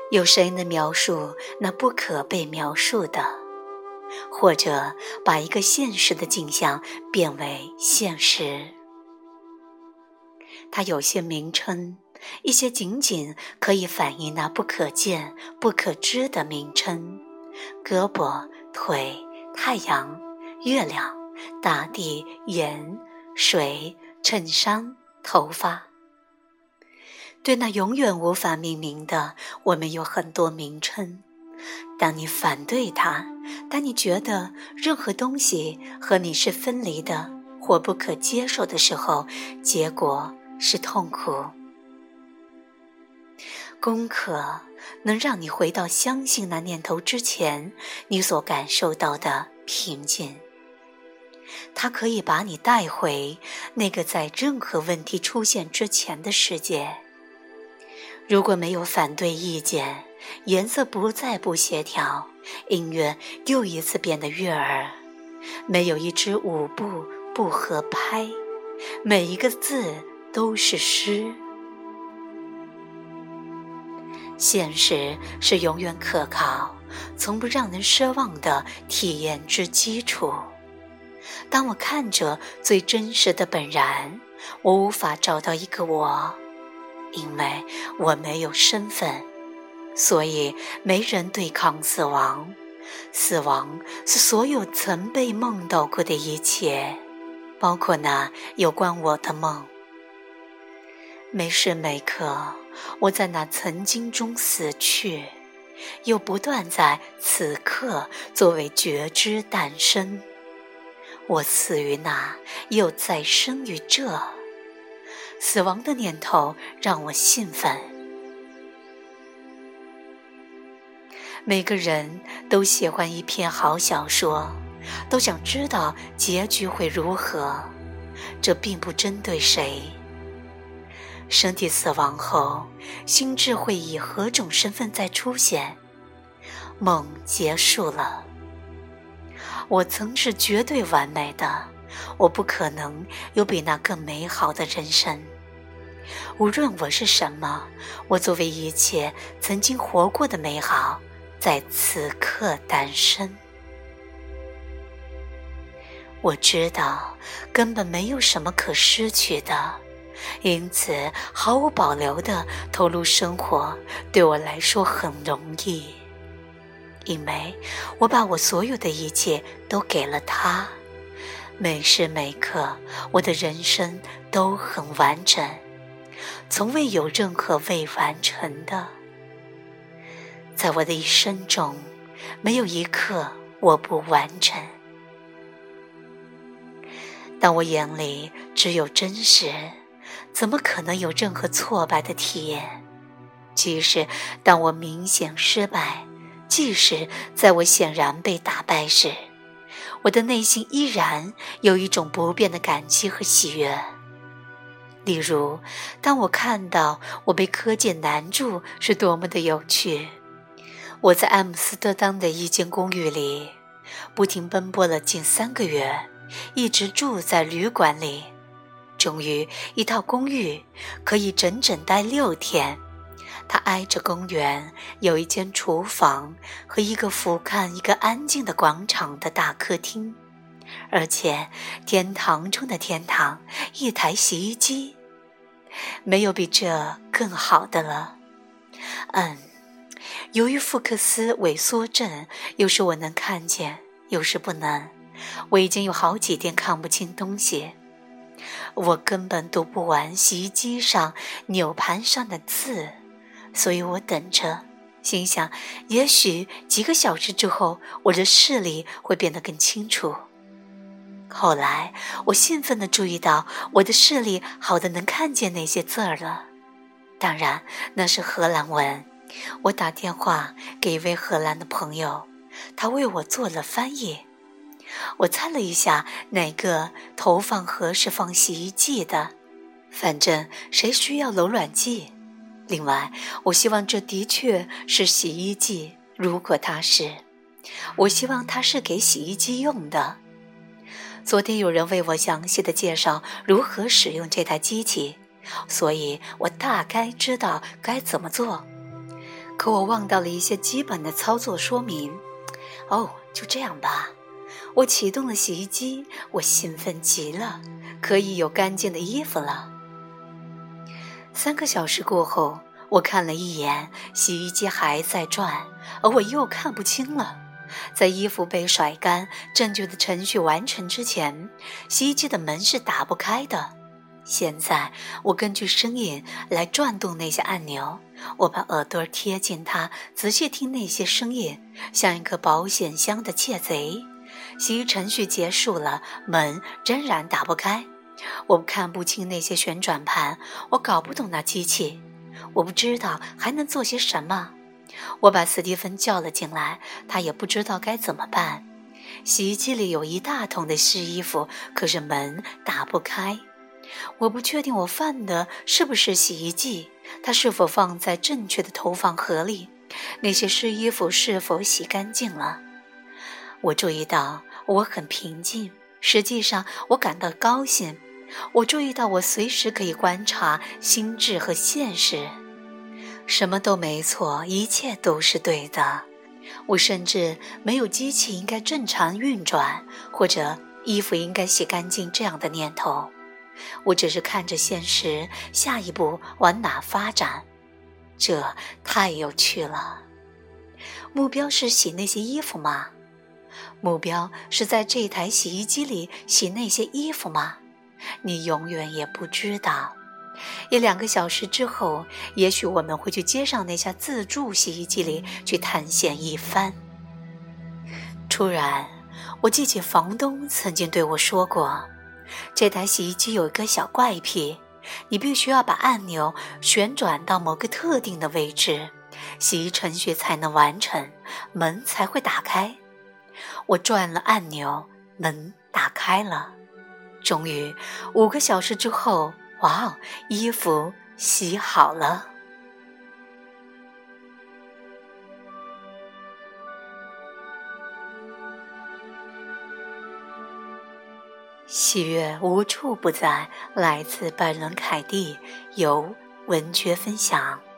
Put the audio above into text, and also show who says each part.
Speaker 1: 有谁能描述那不可被描述的？或者把一个现实的景象变为现实？它有些名称，一些仅仅可以反映那不可见、不可知的名称：胳膊、腿、太阳、月亮、大地、盐、水、衬衫、头发。对那永远无法命名的，我们有很多名称。当你反对它，当你觉得任何东西和你是分离的或不可接受的时候，结果是痛苦。功课能让你回到相信那念头之前你所感受到的平静，它可以把你带回那个在任何问题出现之前的世界。如果没有反对意见，颜色不再不协调，音乐又一次变得悦耳，没有一支舞步不合拍，每一个字都是诗。现实是永远可靠，从不让人失望的体验之基础。当我看着最真实的本然，我无法找到一个我，因为我没有身份，所以没人对抗死亡。死亡是所有曾被梦到过的一切，包括那有关我的梦。每时每刻，我在那曾经中死去，又不断在此刻作为觉知诞生。我死于那，又再生于这。死亡的念头让我兴奋。每个人都喜欢一篇好小说，都想知道结局会如何，这并不针对谁。身体死亡后，心智会以何种身份再出现？梦结束了。我曾是绝对完美的，我不可能有比那更美好的人生。无论我是什么，我作为一切曾经活过的美好，在此刻诞生。我知道根本没有什么可失去的，因此毫无保留地投入生活对我来说很容易，因为我把我所有的一切都给了他。每时每刻，我的人生都很完整，从未有任何未完成的。在我的一生中，没有一刻我不完成。当我眼里只有真实，怎么可能有任何挫败的体验？即使当我明显失败，即使在我显然被打败时，我的内心依然有一种不变的感激和喜悦。例如，当我看到我被科技难住是多么的有趣。我在阿姆斯特丹的一间公寓里不停奔波了近3个月，一直住在旅馆里。终于一套公寓可以整整待6天。它挨着公园，有一间厨房和一个俯瞰一个安静的广场的大客厅，而且天堂中的天堂，一台洗衣机。没有比这更好的了。由于福克斯萎缩症，有时我能看见，有时不能。我已经有好几天看不清东西，我根本读不完洗衣机上钮盘上的字，所以我等着，心想也许几个小时之后，我的视力会变得更清楚。后来我兴奋地注意到我的视力好得能看见那些字儿了，当然那是荷兰文。我打电话给一位荷兰的朋友，他为我做了翻译。我猜了一下哪个头放合适放洗衣剂的，反正谁需要柔软剂。另外，我希望这的确是洗衣剂，如果它是，我希望它是给洗衣机用的。昨天有人为我详细的介绍如何使用这台机器，所以我大概知道该怎么做。 可我忘到了一些基本的操作说明。哦，就这样吧。我启动了洗衣机，我兴奋极了，可以有干净的衣服了。3个小时过后，我看了一眼，洗衣机还在转，而我又看不清了。在衣服被甩干、正确的程序完成之前，洗衣机的门是打不开的。现在我根据声音来转动那些按钮，我把耳朵贴近它，仔细听那些声音，像一个保险箱的窃贼。洗衣程序结束了，门仍然打不开。我看不清那些旋转盘，我搞不懂那机器，我不知道还能做些什么。我把斯蒂芬叫了进来，他也不知道该怎么办。洗衣机里有一大桶的湿衣服，可是门打不开。我不确定我放的是不是洗衣剂，它是否放在正确的投放盒里，那些湿衣服是否洗干净了。我注意到我很平静，实际上我感到高兴。我注意到我随时可以观察心智和现实，什么都没错，一切都是对的。我甚至没有机器应该正常运转，或者衣服应该洗干净这样的念头。我只是看着现实，下一步往哪发展。这太有趣了。目标是洗那些衣服吗？目标是在这台洗衣机里洗那些衣服吗？你永远也不知道。1-2个小时之后，也许我们会去街上那家自助洗衣机里去探险一番。突然，我记起房东曾经对我说过，这台洗衣机有一个小怪癖，你必须要把按钮旋转到某个特定的位置，洗衣程序才能完成，门才会打开。我转了按钮，门打开了。终于5个小时之后，哇，衣服洗好了。喜悦无处不在，来自拜伦·凯蒂，由文学分享。